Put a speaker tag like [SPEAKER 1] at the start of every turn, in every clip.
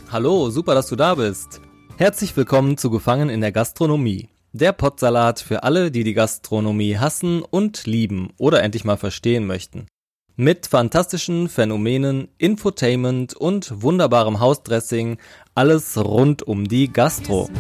[SPEAKER 1] Hallo, super, dass du da bist. Herzlich willkommen zu Gefangen in der Gastronomie. Der Pottsalat für alle, die die Gastronomie hassen und lieben oder endlich mal verstehen möchten. Mit fantastischen Phänomenen, Infotainment und wunderbarem Hausdressing, alles rund um die Gastro.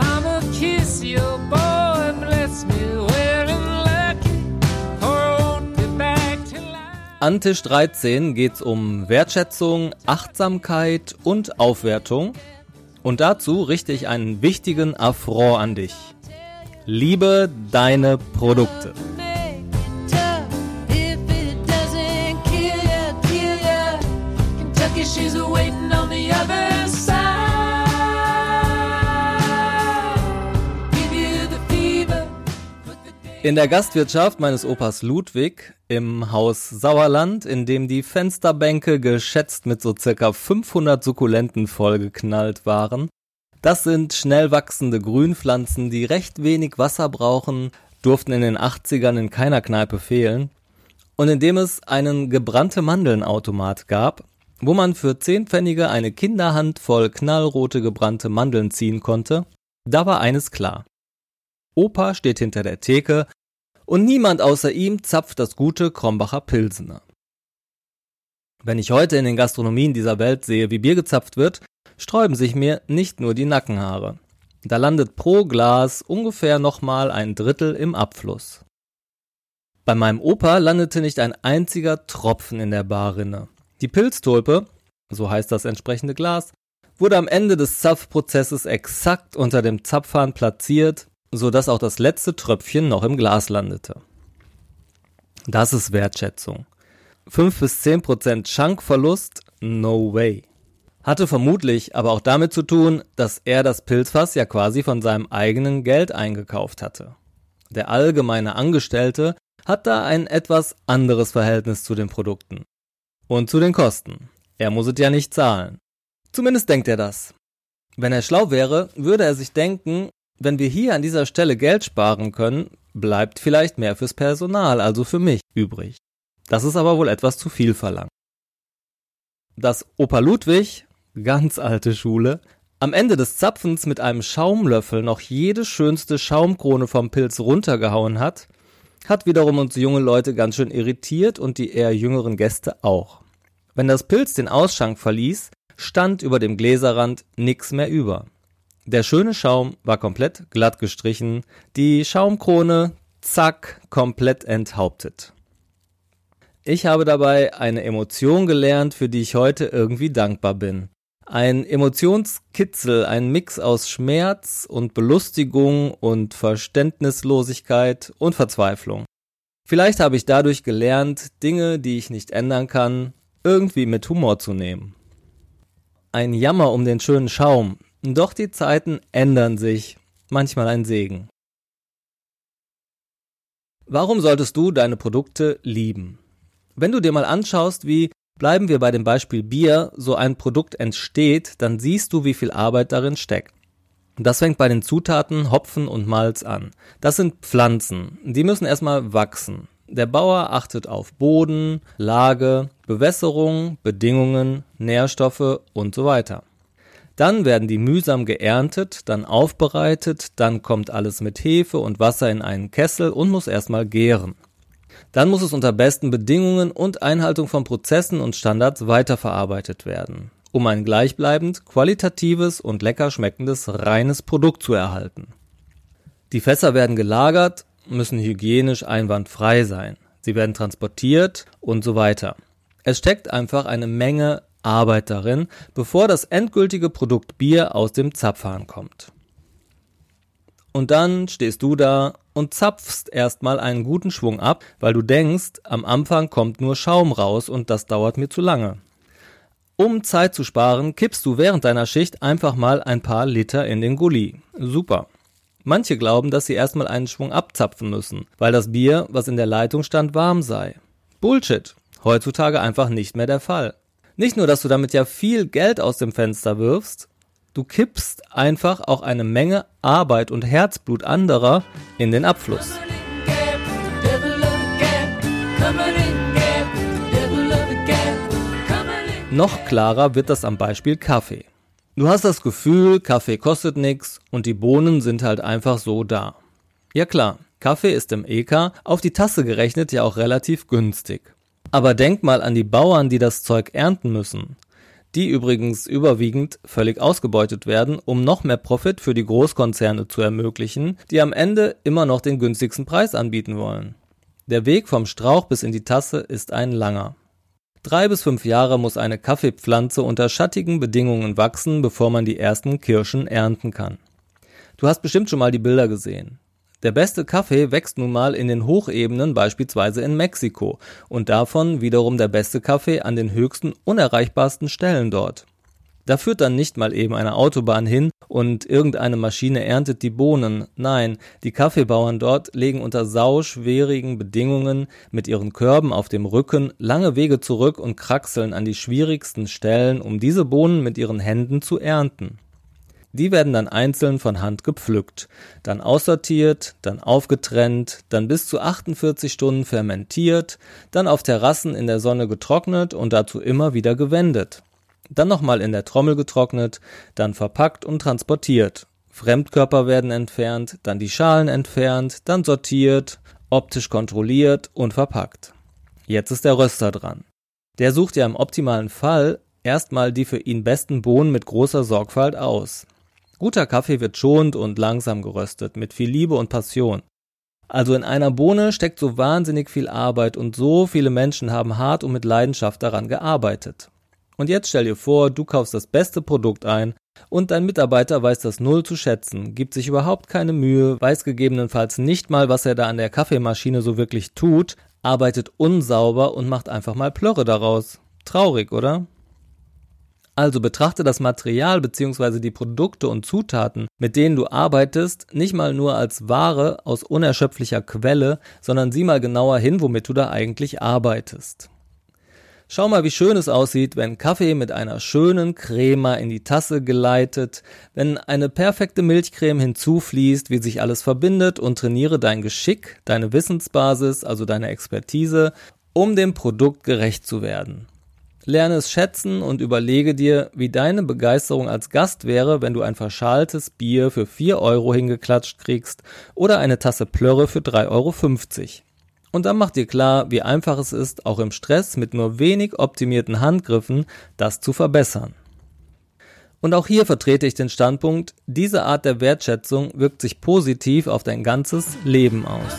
[SPEAKER 1] An Tisch 13 geht's um Wertschätzung, Achtsamkeit und Aufwertung. Und dazu richte ich einen wichtigen Affront an dich. Liebe deine Produkte. In der Gastwirtschaft meines Opas Ludwig im Haus Sauerland, in dem die Fensterbänke geschätzt mit so circa 500 Sukkulenten vollgeknallt waren. Das sind schnell wachsende Grünpflanzen, die recht wenig Wasser brauchen, durften in den 80ern in keiner Kneipe fehlen. Und in dem es einen gebrannte Mandeln-Automat gab, wo man für 10 Pfennige eine Kinderhand voll knallrote gebrannte Mandeln ziehen konnte, da war eines klar. Opa steht hinter der Theke und niemand außer ihm zapft das gute Krombacher Pilsener. Wenn ich heute in den Gastronomien dieser Welt sehe, wie Bier gezapft wird, sträuben sich mir nicht nur die Nackenhaare. Da landet pro Glas ungefähr nochmal ein Drittel im Abfluss. Bei meinem Opa landete nicht ein einziger Tropfen in der Barrinne. Die Pilztulpe, so heißt das entsprechende Glas, wurde am Ende des Zapfprozesses exakt unter dem Zapfhahn platziert, sodass auch das letzte Tröpfchen noch im Glas landete. Das ist Wertschätzung. 5-10% Schankverlust? No way. Hatte vermutlich aber auch damit zu tun, dass er das Pilzfass ja quasi von seinem eigenen Geld eingekauft hatte. Der allgemeine Angestellte hat da ein etwas anderes Verhältnis zu den Produkten. Und zu den Kosten. Er muss es ja nicht zahlen. Zumindest denkt er das. Wenn er schlau wäre, würde er sich denken, wenn wir hier an dieser Stelle Geld sparen können, bleibt vielleicht mehr fürs Personal, also für mich, übrig. Das ist aber wohl etwas zu viel verlangt. Dass Opa Ludwig, ganz alte Schule, am Ende des Zapfens mit einem Schaumlöffel noch jede schönste Schaumkrone vom Pilz runtergehauen hat, hat wiederum uns junge Leute ganz schön irritiert und die eher jüngeren Gäste auch. Wenn das Pilz den Ausschank verließ, stand über dem Gläserrand nix mehr über. Der schöne Schaum war komplett glatt gestrichen, die Schaumkrone, zack, komplett enthauptet. Ich habe dabei eine Emotion gelernt, für die ich heute irgendwie dankbar bin. Ein Emotionskitzel, ein Mix aus Schmerz und Belustigung und Verständnislosigkeit und Verzweiflung. Vielleicht habe ich dadurch gelernt, Dinge, die ich nicht ändern kann, irgendwie mit Humor zu nehmen. Ein Jammer um den schönen Schaum. Doch die Zeiten ändern sich, manchmal ein Segen. Warum solltest du deine Produkte lieben? Wenn du dir mal anschaust, wie, bleiben wir bei dem Beispiel Bier, so ein Produkt entsteht, dann siehst du, wie viel Arbeit darin steckt. Das fängt bei den Zutaten Hopfen und Malz an. Das sind Pflanzen, die müssen erstmal wachsen. Der Bauer achtet auf Boden, Lage, Bewässerung, Bedingungen, Nährstoffe und so weiter. Dann werden die mühsam geerntet, dann aufbereitet, dann kommt alles mit Hefe und Wasser in einen Kessel und muss erstmal gären. Dann muss es unter besten Bedingungen und Einhaltung von Prozessen und Standards weiterverarbeitet werden, um ein gleichbleibend qualitatives und lecker schmeckendes reines Produkt zu erhalten. Die Fässer werden gelagert, müssen hygienisch einwandfrei sein. Sie werden transportiert und so weiter. Es steckt einfach eine Menge Arbeit darin, bevor das endgültige Produkt Bier aus dem Zapfhahn kommt. Und dann stehst du da und zapfst erstmal einen guten Schwung ab, weil du denkst, am Anfang kommt nur Schaum raus und das dauert mir zu lange. Um Zeit zu sparen, kippst du während deiner Schicht einfach mal ein paar Liter in den Gully. Super. Manche glauben, dass sie erstmal einen Schwung abzapfen müssen, weil das Bier, was in der Leitung stand, warm sei. Bullshit. Heutzutage einfach nicht mehr der Fall. Nicht nur, dass du damit ja viel Geld aus dem Fenster wirfst, du kippst einfach auch eine Menge Arbeit und Herzblut anderer in den Abfluss. Noch klarer wird das am Beispiel Kaffee. Du hast das Gefühl, Kaffee kostet nix und die Bohnen sind halt einfach so da. Ja klar, Kaffee ist im EK auf die Tasse gerechnet ja auch relativ günstig. Aber denk mal an die Bauern, die das Zeug ernten müssen. Die übrigens überwiegend völlig ausgebeutet werden, um noch mehr Profit für die Großkonzerne zu ermöglichen, die am Ende immer noch den günstigsten Preis anbieten wollen. Der Weg vom Strauch bis in die Tasse ist ein langer. 3 bis 5 Jahre muss eine Kaffeepflanze unter schattigen Bedingungen wachsen, bevor man die ersten Kirschen ernten kann. Du hast bestimmt schon mal die Bilder gesehen. Der beste Kaffee wächst nun mal in den Hochebenen, beispielsweise in Mexiko, und davon wiederum der beste Kaffee an den höchsten, unerreichbarsten Stellen dort. Da führt dann nicht mal eben eine Autobahn hin und irgendeine Maschine erntet die Bohnen. Nein, die Kaffeebauern dort legen unter sauschwierigen Bedingungen mit ihren Körben auf dem Rücken lange Wege zurück und kraxeln an die schwierigsten Stellen, um diese Bohnen mit ihren Händen zu ernten. Die werden dann einzeln von Hand gepflückt, dann aussortiert, dann aufgetrennt, dann bis zu 48 Stunden fermentiert, dann auf Terrassen in der Sonne getrocknet und dazu immer wieder gewendet. Dann nochmal in der Trommel getrocknet, dann verpackt und transportiert. Fremdkörper werden entfernt, dann die Schalen entfernt, dann sortiert, optisch kontrolliert und verpackt. Jetzt ist der Röster dran. Der sucht ja im optimalen Fall erstmal die für ihn besten Bohnen mit großer Sorgfalt aus. Guter Kaffee wird schonend und langsam geröstet, mit viel Liebe und Passion. Also in einer Bohne steckt so wahnsinnig viel Arbeit und so viele Menschen haben hart und mit Leidenschaft daran gearbeitet. Und jetzt stell dir vor, du kaufst das beste Produkt ein und dein Mitarbeiter weiß das null zu schätzen, gibt sich überhaupt keine Mühe, weiß gegebenenfalls nicht mal, was er da an der Kaffeemaschine so wirklich tut, arbeitet unsauber und macht einfach mal Plörre daraus. Traurig, oder? Also betrachte das Material bzw. die Produkte und Zutaten, mit denen du arbeitest, nicht mal nur als Ware aus unerschöpflicher Quelle, sondern sieh mal genauer hin, womit du da eigentlich arbeitest. Schau mal, wie schön es aussieht, wenn Kaffee mit einer schönen Crema in die Tasse geleitet, wenn eine perfekte Milchcreme hinzufließt, wie sich alles verbindet, und trainiere dein Geschick, deine Wissensbasis, also deine Expertise, um dem Produkt gerecht zu werden. Lerne es schätzen und überlege dir, wie deine Begeisterung als Gast wäre, wenn du ein verschaltes Bier für 4 Euro hingeklatscht kriegst oder eine Tasse Plörre für 3,50 Euro. Und dann mach dir klar, wie einfach es ist, auch im Stress mit nur wenig optimierten Handgriffen das zu verbessern. Und auch hier vertrete ich den Standpunkt, diese Art der Wertschätzung wirkt sich positiv auf dein ganzes Leben aus.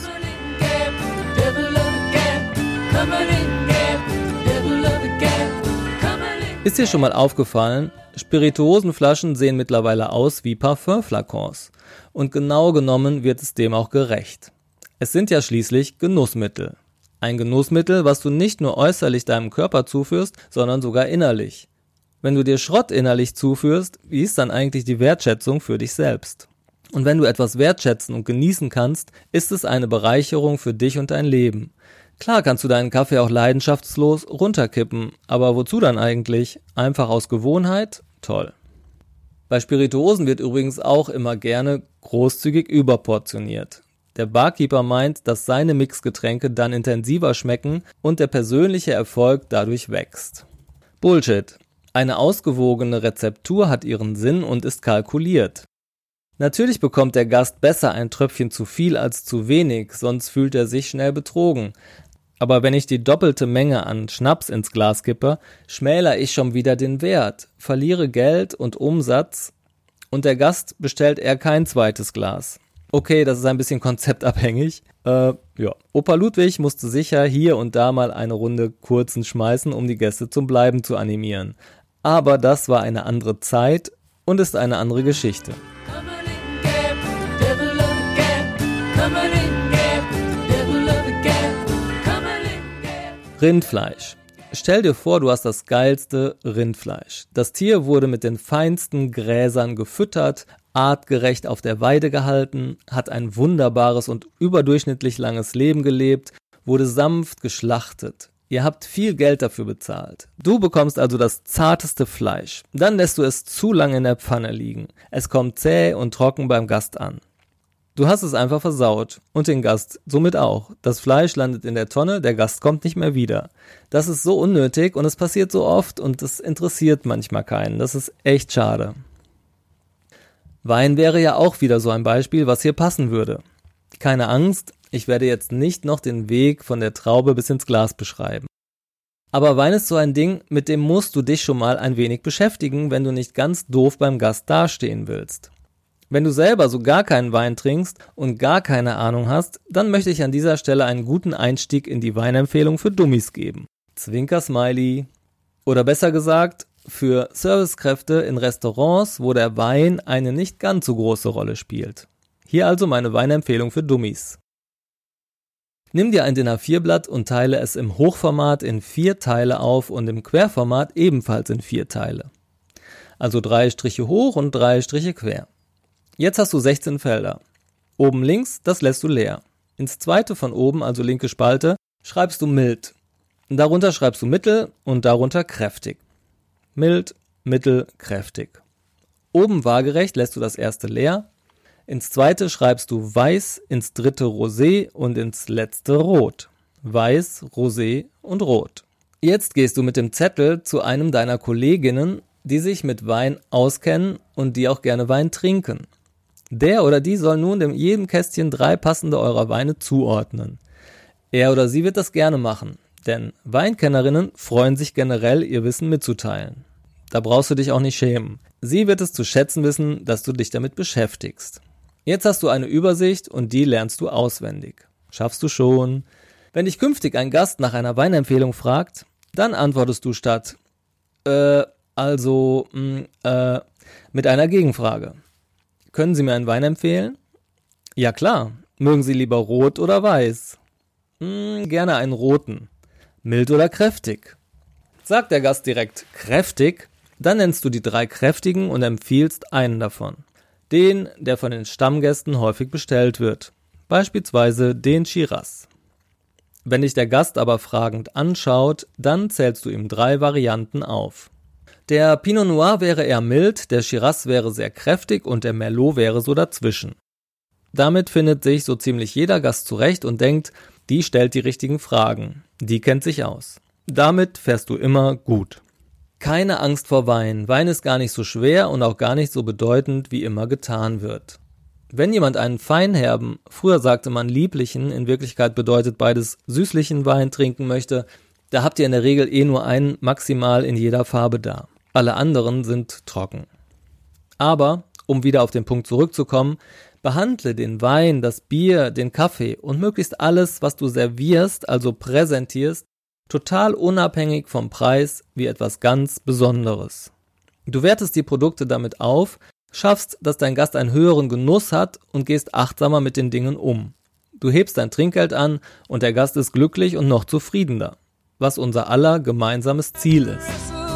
[SPEAKER 1] Ist dir schon mal aufgefallen, Spirituosenflaschen sehen mittlerweile aus wie Parfümflakons. Und genau genommen wird es dem auch gerecht. Es sind ja schließlich Genussmittel. Ein Genussmittel, was du nicht nur äußerlich deinem Körper zuführst, sondern sogar innerlich. Wenn du dir Schrott innerlich zuführst, wie ist dann eigentlich die Wertschätzung für dich selbst? Und wenn du etwas wertschätzen und genießen kannst, ist es eine Bereicherung für dich und dein Leben. Klar kannst du deinen Kaffee auch leidenschaftslos runterkippen, aber wozu dann eigentlich? Einfach aus Gewohnheit? Toll. Bei Spirituosen wird übrigens auch immer gerne großzügig überportioniert. Der Barkeeper meint, dass seine Mixgetränke dann intensiver schmecken und der persönliche Erfolg dadurch wächst. Bullshit. Eine ausgewogene Rezeptur hat ihren Sinn und ist kalkuliert. Natürlich bekommt der Gast besser ein Tröpfchen zu viel als zu wenig, sonst fühlt er sich schnell betrogen. Aber wenn ich die doppelte Menge an Schnaps ins Glas kippe, schmälere ich schon wieder den Wert, verliere Geld und Umsatz und der Gast bestellt eher kein zweites Glas. Okay, das ist ein bisschen konzeptabhängig. Opa Ludwig musste sicher hier und da mal eine Runde Kurzen schmeißen, um die Gäste zum Bleiben zu animieren. Aber das war eine andere Zeit und ist eine andere Geschichte. Rindfleisch. Stell dir vor, du hast das geilste Rindfleisch. Das Tier wurde mit den feinsten Gräsern gefüttert, artgerecht auf der Weide gehalten, hat ein wunderbares und überdurchschnittlich langes Leben gelebt, wurde sanft geschlachtet. Ihr habt viel Geld dafür bezahlt. Du bekommst also das zarteste Fleisch. Dann lässt du es zu lange in der Pfanne liegen. Es kommt zäh und trocken beim Gast an. Du hast es einfach versaut und den Gast somit auch. Das Fleisch landet in der Tonne, der Gast kommt nicht mehr wieder. Das ist so unnötig und es passiert so oft und es interessiert manchmal keinen. Das ist echt schade. Wein wäre ja auch wieder so ein Beispiel, was hier passen würde. Keine Angst, ich werde jetzt nicht noch den Weg von der Traube bis ins Glas beschreiben. Aber Wein ist so ein Ding, mit dem musst du dich schon mal ein wenig beschäftigen, wenn du nicht ganz doof beim Gast dastehen willst. Wenn du selber so gar keinen Wein trinkst und gar keine Ahnung hast, dann möchte ich an dieser Stelle einen guten Einstieg in die Weinempfehlung für Dummies geben. Zwinker-Smiley. Oder besser gesagt, für Servicekräfte in Restaurants, wo der Wein eine nicht ganz so große Rolle spielt. Hier also meine Weinempfehlung für Dummies. Nimm dir ein DIN A4-Blatt und teile es im Hochformat in 4 Teile auf und im Querformat ebenfalls in 4 Teile. Also 3 Striche hoch und 3 Striche quer. Jetzt hast du 16 Felder. Oben links, das lässt du leer. Ins zweite von oben, also linke Spalte, schreibst du mild. Darunter schreibst du mittel und darunter kräftig. Mild, mittel, kräftig. Oben waagerecht lässt du das erste leer. Ins zweite schreibst du weiß, ins dritte rosé und ins letzte rot. Weiß, rosé und rot. Jetzt gehst du mit dem Zettel zu einem deiner Kolleginnen, die sich mit Wein auskennen und die auch gerne Wein trinken. Der oder die soll nun dem jedem Kästchen 3 passende eurer Weine zuordnen. Er oder sie wird das gerne machen, denn Weinkennerinnen freuen sich generell, ihr Wissen mitzuteilen. Da brauchst du dich auch nicht schämen. Sie wird es zu schätzen wissen, dass du dich damit beschäftigst. Jetzt hast du eine Übersicht und die lernst du auswendig. Schaffst du schon. Wenn dich künftig ein Gast nach einer Weinempfehlung fragt, dann antwortest du statt mit einer Gegenfrage. Können Sie mir einen Wein empfehlen? Ja klar. Mögen Sie lieber rot oder weiß? Gerne einen roten. Mild oder kräftig? Sagt der Gast direkt kräftig, dann nennst du die 3 kräftigen und empfiehlst einen davon. Den, der von den Stammgästen häufig bestellt wird. Beispielsweise den Shiraz. Wenn dich der Gast aber fragend anschaut, dann zählst du ihm 3 Varianten auf. Der Pinot Noir wäre eher mild, der Shiraz wäre sehr kräftig und der Merlot wäre so dazwischen. Damit findet sich so ziemlich jeder Gast zurecht und denkt, die stellt die richtigen Fragen, die kennt sich aus. Damit fährst du immer gut. Keine Angst vor Wein. Wein ist gar nicht so schwer und auch gar nicht so bedeutend, wie immer getan wird. Wenn jemand einen feinherben, früher sagte man lieblichen, in Wirklichkeit bedeutet beides süßlichen Wein trinken möchte, da habt ihr in der Regel nur einen maximal in jeder Farbe da. Alle anderen sind trocken. Aber, um wieder auf den Punkt zurückzukommen, behandle den Wein, das Bier, den Kaffee und möglichst alles, was du servierst, also präsentierst, total unabhängig vom Preis wie etwas ganz Besonderes. Du wertest die Produkte damit auf, schaffst, dass dein Gast einen höheren Genuss hat und gehst achtsamer mit den Dingen um. Du hebst dein Trinkgeld an und der Gast ist glücklich und noch zufriedener, was unser aller gemeinsames Ziel ist.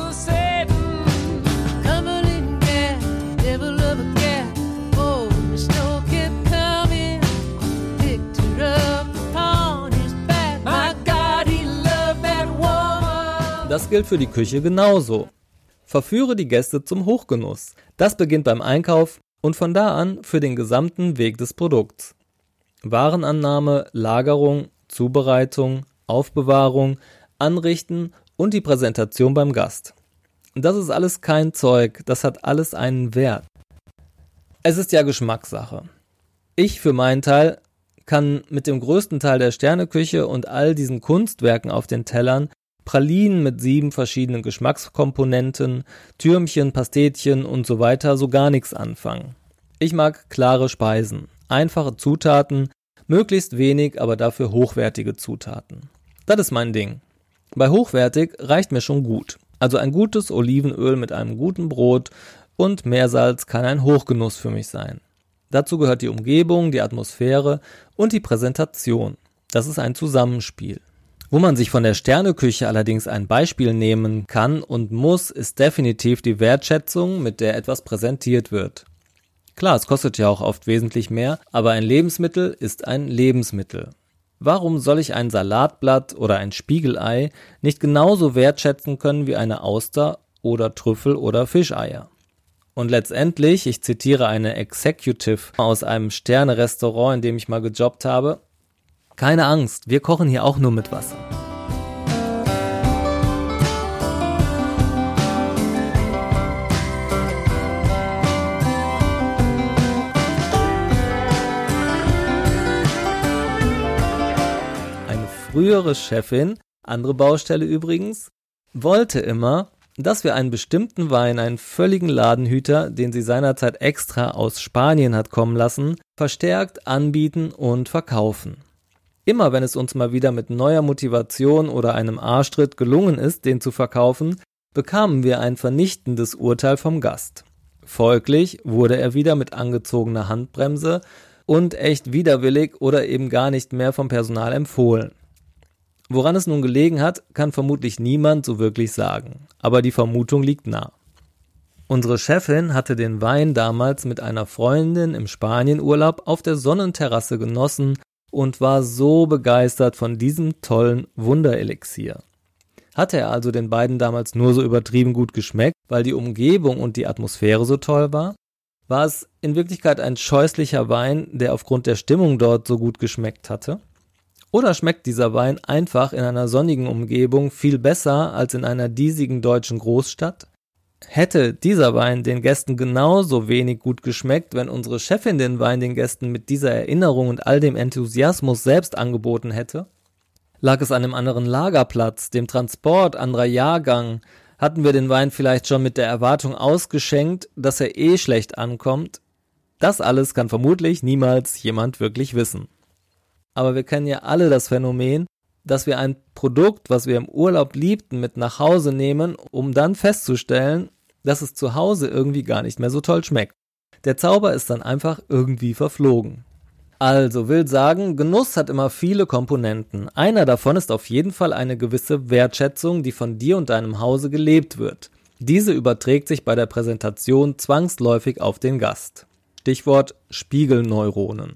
[SPEAKER 1] Das gilt für die Küche genauso. Verführe die Gäste zum Hochgenuss. Das beginnt beim Einkauf und von da an für den gesamten Weg des Produkts. Warenannahme, Lagerung, Zubereitung, Aufbewahrung, Anrichten und die Präsentation beim Gast. Das ist alles kein Zeug, das hat alles einen Wert. Es ist ja Geschmackssache. Ich für meinen Teil kann mit dem größten Teil der Sterneküche und all diesen Kunstwerken auf den Tellern Pralinen mit 7 verschiedenen Geschmackskomponenten, Türmchen, Pastetchen und so weiter so gar nichts anfangen. Ich mag klare Speisen, einfache Zutaten, möglichst wenig, aber dafür hochwertige Zutaten. Das ist mein Ding. Bei hochwertig reicht mir schon gut. Also ein gutes Olivenöl mit einem guten Brot und Meersalz kann ein Hochgenuss für mich sein. Dazu gehört die Umgebung, die Atmosphäre und die Präsentation. Das ist ein Zusammenspiel. Wo man sich von der Sterneküche allerdings ein Beispiel nehmen kann und muss, ist definitiv die Wertschätzung, mit der etwas präsentiert wird. Klar, es kostet ja auch oft wesentlich mehr, aber ein Lebensmittel ist ein Lebensmittel. Warum soll ich ein Salatblatt oder ein Spiegelei nicht genauso wertschätzen können wie eine Auster oder Trüffel oder Fischeier? Und letztendlich, ich zitiere eine Executive aus einem Sterne-Restaurant, in dem ich mal gejobbt habe: Keine Angst, wir kochen hier auch nur mit Wasser. Eine frühere Chefin, andere Baustelle übrigens, wollte immer, dass wir einen bestimmten Wein, einen völligen Ladenhüter, den sie seinerzeit extra aus Spanien hat kommen lassen, verstärkt anbieten und verkaufen. Immer wenn es uns mal wieder mit neuer Motivation oder einem Arschtritt gelungen ist, den zu verkaufen, bekamen wir ein vernichtendes Urteil vom Gast. Folglich wurde er wieder mit angezogener Handbremse und echt widerwillig oder eben gar nicht mehr vom Personal empfohlen. Woran es nun gelegen hat, kann vermutlich niemand so wirklich sagen, aber die Vermutung liegt nah. Unsere Chefin hatte den Wein damals mit einer Freundin im Spanienurlaub auf der Sonnenterrasse genossen und war so begeistert von diesem tollen Wunderelixier. Hatte er also den beiden damals nur so übertrieben gut geschmeckt, weil die Umgebung und die Atmosphäre so toll war? War es in Wirklichkeit ein scheußlicher Wein, der aufgrund der Stimmung dort so gut geschmeckt hatte? Oder schmeckt dieser Wein einfach in einer sonnigen Umgebung viel besser als in einer diesigen deutschen Großstadt? Hätte dieser Wein den Gästen genauso wenig gut geschmeckt, wenn unsere Chefin den Wein den Gästen mit dieser Erinnerung und all dem Enthusiasmus selbst angeboten hätte? Lag es an einem anderen Lagerplatz, dem Transport, anderer Jahrgang? Hatten wir den Wein vielleicht schon mit der Erwartung ausgeschenkt, dass er schlecht ankommt? Das alles kann vermutlich niemals jemand wirklich wissen. Aber wir kennen ja alle das Phänomen, dass wir ein Produkt, was wir im Urlaub liebten, mit nach Hause nehmen, um dann festzustellen, dass es zu Hause irgendwie gar nicht mehr so toll schmeckt. Der Zauber ist dann einfach irgendwie verflogen. Also will sagen, Genuss hat immer viele Komponenten. Einer davon ist auf jeden Fall eine gewisse Wertschätzung, die von dir und deinem Hause gelebt wird. Diese überträgt sich bei der Präsentation zwangsläufig auf den Gast. Stichwort Spiegelneuronen.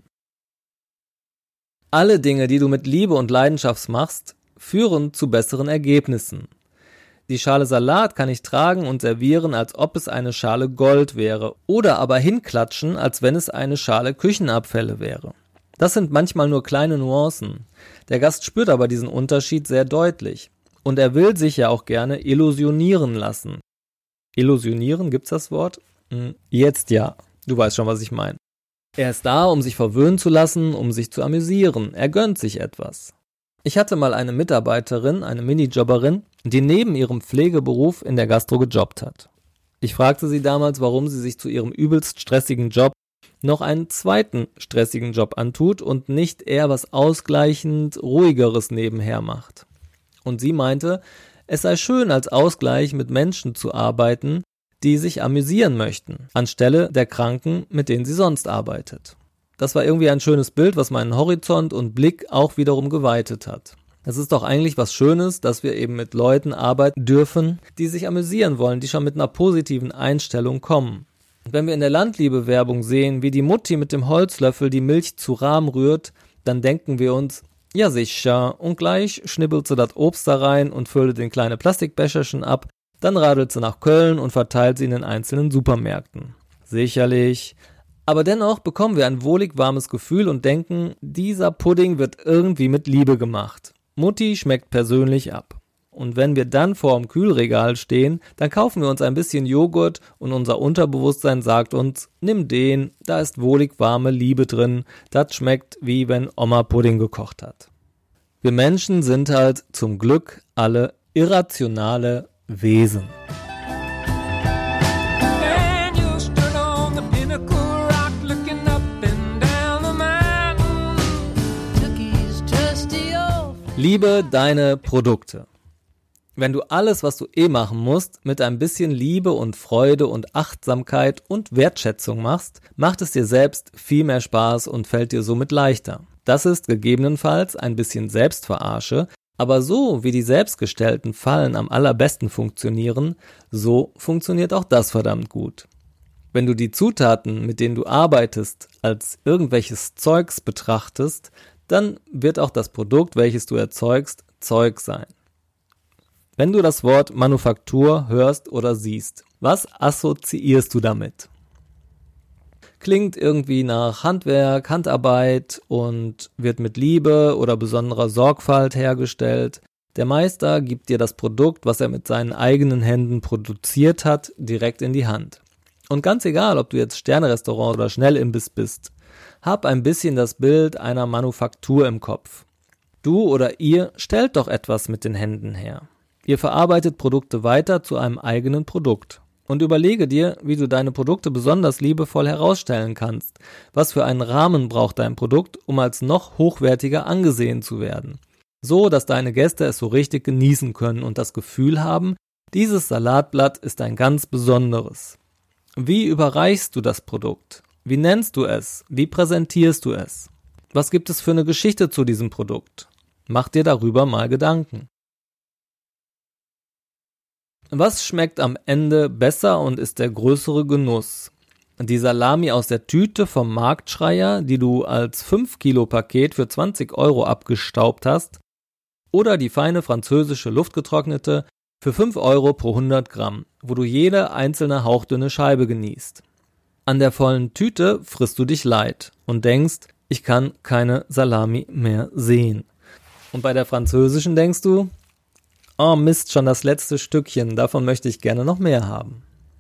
[SPEAKER 1] Alle Dinge, die du mit Liebe und Leidenschaft machst, führen zu besseren Ergebnissen. Die Schale Salat kann ich tragen und servieren, als ob es eine Schale Gold wäre, oder aber hinklatschen, als wenn es eine Schale Küchenabfälle wäre. Das sind manchmal nur kleine Nuancen. Der Gast spürt aber diesen Unterschied sehr deutlich. Und er will sich ja auch gerne illusionieren lassen. Illusionieren, gibt's das Wort? Jetzt ja. Du weißt schon, was ich meine. Er ist da, um sich verwöhnen zu lassen, um sich zu amüsieren. Er gönnt sich etwas. Ich hatte mal eine Mitarbeiterin, eine Minijobberin, die neben ihrem Pflegeberuf in der Gastro gejobbt hat. Ich fragte sie damals, warum sie sich zu ihrem übelst stressigen Job noch einen zweiten stressigen Job antut und nicht eher was ausgleichend Ruhigeres nebenher macht. Und sie meinte, es sei schön, als Ausgleich mit Menschen zu arbeiten, die sich amüsieren möchten, anstelle der Kranken, mit denen sie sonst arbeitet. Das war irgendwie ein schönes Bild, was meinen Horizont und Blick auch wiederum geweitet hat. Es ist doch eigentlich was Schönes, dass wir eben mit Leuten arbeiten dürfen, die sich amüsieren wollen, die schon mit einer positiven Einstellung kommen. Wenn wir in der Landliebe-Werbung sehen, wie die Mutti mit dem Holzlöffel die Milch zu Rahm rührt, dann denken wir uns, ja sicher, und gleich schnibbelt sie das Obst da rein und füllt in kleine Plastikbecherchen ab. Dann radelt sie nach Köln und verteilt sie in den einzelnen Supermärkten. Sicherlich. Aber dennoch bekommen wir ein wohlig warmes Gefühl und denken, dieser Pudding wird irgendwie mit Liebe gemacht. Mutti schmeckt persönlich ab. Und wenn wir dann vor dem Kühlregal stehen, dann kaufen wir uns ein bisschen Joghurt und unser Unterbewusstsein sagt uns, nimm den, da ist wohlig warme Liebe drin, das schmeckt wie wenn Oma Pudding gekocht hat. Wir Menschen sind halt zum Glück alle irrationale Wesen. Liebe deine Produkte. Wenn du alles, was du machen musst, mit ein bisschen Liebe und Freude und Achtsamkeit und Wertschätzung machst, macht es dir selbst viel mehr Spaß und fällt dir somit leichter. Das ist gegebenenfalls ein bisschen Selbstverarsche, aber so wie die selbstgestellten Fallen am allerbesten funktionieren, so funktioniert auch das verdammt gut. Wenn du die Zutaten, mit denen du arbeitest, als irgendwelches Zeugs betrachtest, dann wird auch das Produkt, welches du erzeugst, Zeug sein. Wenn du das Wort Manufaktur hörst oder siehst, Was assoziierst du damit? Klingt irgendwie nach Handwerk, Handarbeit und wird mit Liebe oder besonderer Sorgfalt hergestellt. Der Meister gibt dir das Produkt, was er mit seinen eigenen Händen produziert hat, direkt in die Hand. Und ganz egal, ob du jetzt Sterne-Restaurant oder Schnellimbiss bist, hab ein bisschen das Bild einer Manufaktur im Kopf. Du oder ihr stellt doch etwas mit den Händen her. Ihr verarbeitet Produkte weiter zu einem eigenen Produkt. Und überlege dir, wie du deine Produkte besonders liebevoll herausstellen kannst. Was für einen Rahmen braucht dein Produkt, um als noch hochwertiger angesehen zu werden. So, dass deine Gäste es so richtig genießen können und das Gefühl haben, dieses Salatblatt ist ein ganz besonderes. Wie überreichst du das Produkt? Wie nennst du es? Wie präsentierst du es? Was gibt es für eine Geschichte zu diesem Produkt? Mach dir darüber mal Gedanken. Was schmeckt am Ende besser und ist der größere Genuss? Die Salami aus der Tüte vom Marktschreier, die du als 5-Kilo-Paket für 20 € abgestaubt hast, oder die feine französische luftgetrocknete für 5 € pro 100 Gramm, wo du jede einzelne hauchdünne Scheibe genießt. An der vollen Tüte frisst du dich leid und denkst, ich kann keine Salami mehr sehen. Und bei der französischen denkst du, oh Mist, schon das letzte Stückchen, davon möchte ich gerne noch mehr haben.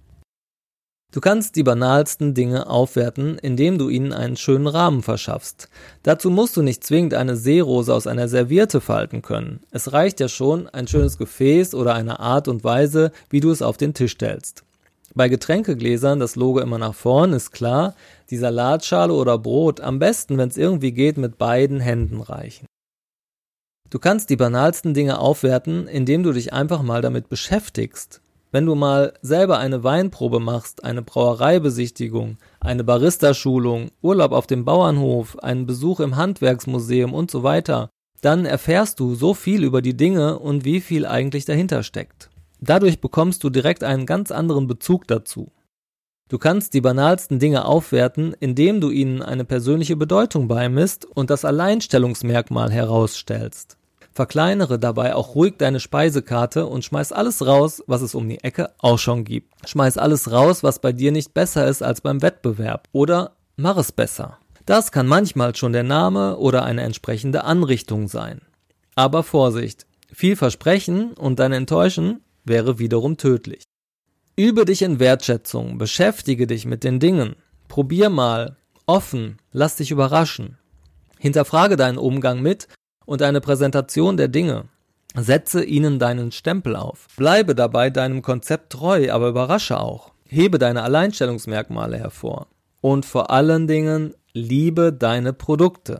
[SPEAKER 1] Du kannst die banalsten Dinge aufwerten, indem du ihnen einen schönen Rahmen verschaffst. Dazu musst du nicht zwingend eine Seerose aus einer Serviette falten können. Es reicht ja schon ein schönes Gefäß oder eine Art und Weise, wie du es auf den Tisch stellst. Bei Getränkegläsern, das Logo immer nach vorn, ist klar, die Salatschale oder Brot am besten, wenn es irgendwie geht, mit beiden Händen reichen. Du kannst die banalsten Dinge aufwerten, indem du dich einfach mal damit beschäftigst. Wenn du mal selber eine Weinprobe machst, eine Brauereibesichtigung, eine Barista-Schulung, Urlaub auf dem Bauernhof, einen Besuch im Handwerksmuseum und so weiter, dann erfährst du so viel über die Dinge und wie viel eigentlich dahinter steckt. Dadurch bekommst du direkt einen ganz anderen Bezug dazu. Du kannst die banalsten Dinge aufwerten, indem du ihnen eine persönliche Bedeutung beimisst und das Alleinstellungsmerkmal herausstellst. Verkleinere dabei auch ruhig deine Speisekarte und schmeiß alles raus, was es um die Ecke auch schon gibt. Schmeiß alles raus, was bei dir nicht besser ist als beim Wettbewerb. Oder mach es besser. Das kann manchmal schon der Name oder eine entsprechende Anrichtung sein. Aber Vorsicht, viel versprechen und dann enttäuschen wäre wiederum tödlich. Übe dich in Wertschätzung, beschäftige dich mit den Dingen. Probier mal, offen, lass dich überraschen. Hinterfrage deinen Umgang mit und eine Präsentation der Dinge. Setze ihnen deinen Stempel auf. Bleibe dabei deinem Konzept treu, aber überrasche auch. Hebe deine Alleinstellungsmerkmale hervor. Und vor allen Dingen, liebe deine Produkte.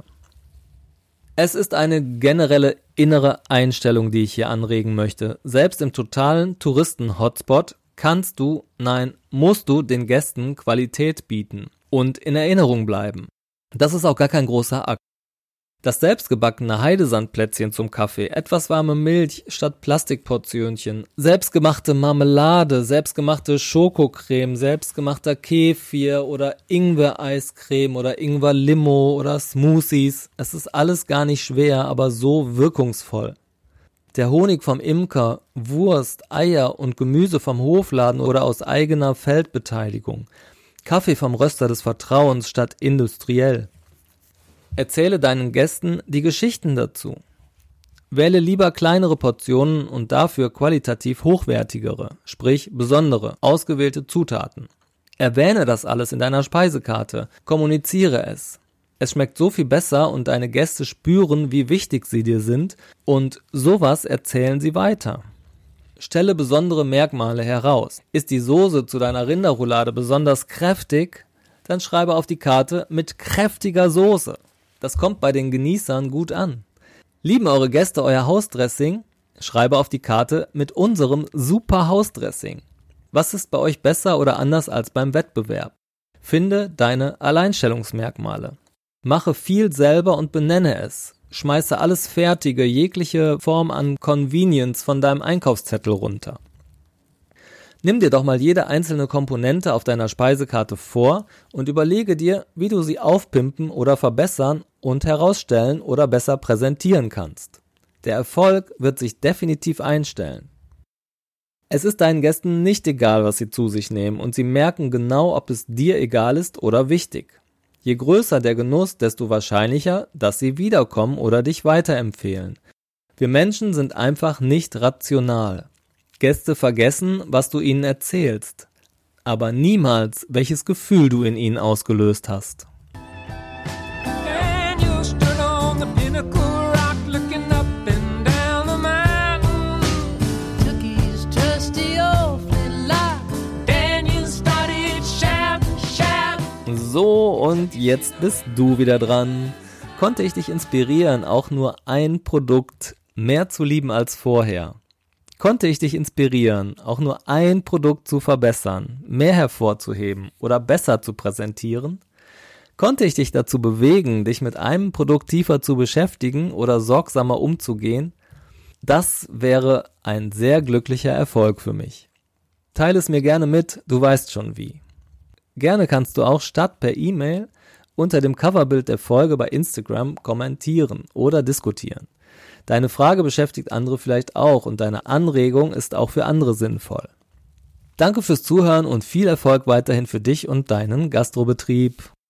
[SPEAKER 1] Es ist eine generelle innere Einstellung, die ich hier anregen möchte. Selbst im totalen Touristen-Hotspot kannst du, nein, musst du den Gästen Qualität bieten und in Erinnerung bleiben. Das ist auch gar kein großer Akt. Das selbstgebackene Heidesandplätzchen zum Kaffee, etwas warme Milch statt Plastikportionchen, selbstgemachte Marmelade, selbstgemachte Schokocreme, selbstgemachter Kefir oder Ingwer-Eiscreme oder Ingwer-Limo oder Smoothies. Es ist alles gar nicht schwer, aber so wirkungsvoll. Der Honig vom Imker, Wurst, Eier und Gemüse vom Hofladen oder aus eigener Feldbeteiligung. Kaffee vom Röster des Vertrauens statt industriell. Erzähle deinen Gästen die Geschichten dazu. Wähle lieber kleinere Portionen und dafür qualitativ hochwertigere, sprich besondere, ausgewählte Zutaten. Erwähne das alles in deiner Speisekarte, kommuniziere es. Es schmeckt so viel besser und deine Gäste spüren, wie wichtig sie dir sind und sowas erzählen sie weiter. Stelle besondere Merkmale heraus. Ist die Soße zu deiner Rinderroulade besonders kräftig, dann schreibe auf die Karte mit kräftiger Soße. Das kommt bei den Genießern gut an. Lieben eure Gäste euer Hausdressing? Schreibe auf die Karte mit unserem super Hausdressing. Was ist bei euch besser oder anders als beim Wettbewerb? Finde deine Alleinstellungsmerkmale. Mache viel selber und benenne es. Schmeiße alles Fertige, jegliche Form an Convenience von deinem Einkaufszettel runter. Nimm dir doch mal jede einzelne Komponente auf deiner Speisekarte vor und überlege dir, wie du sie aufpimpen oder verbessern und herausstellen oder besser präsentieren kannst. Der Erfolg wird sich definitiv einstellen. Es ist deinen Gästen nicht egal, was sie zu sich nehmen, und sie merken genau, ob es dir egal ist oder wichtig. Je größer der Genuss, desto wahrscheinlicher, dass sie wiederkommen oder dich weiterempfehlen. Wir Menschen sind einfach nicht rational. Gäste vergessen, was du ihnen erzählst, aber niemals, welches Gefühl du in ihnen ausgelöst hast. So, und jetzt bist du wieder dran. Konnte ich dich inspirieren, auch nur ein Produkt mehr zu lieben als vorher? Konnte ich dich inspirieren, auch nur ein Produkt zu verbessern, mehr hervorzuheben oder besser zu präsentieren? Konnte ich dich dazu bewegen, dich mit einem Produkt tiefer zu beschäftigen oder sorgsamer umzugehen? Das wäre ein sehr glücklicher Erfolg für mich. Teile es mir gerne mit, du weißt schon wie. Gerne kannst du auch statt per E-Mail unter dem Coverbild der Folge bei Instagram kommentieren oder diskutieren. Deine Frage beschäftigt andere vielleicht auch und deine Anregung ist auch für andere sinnvoll. Danke fürs Zuhören und viel Erfolg weiterhin für dich und deinen Gastrobetrieb.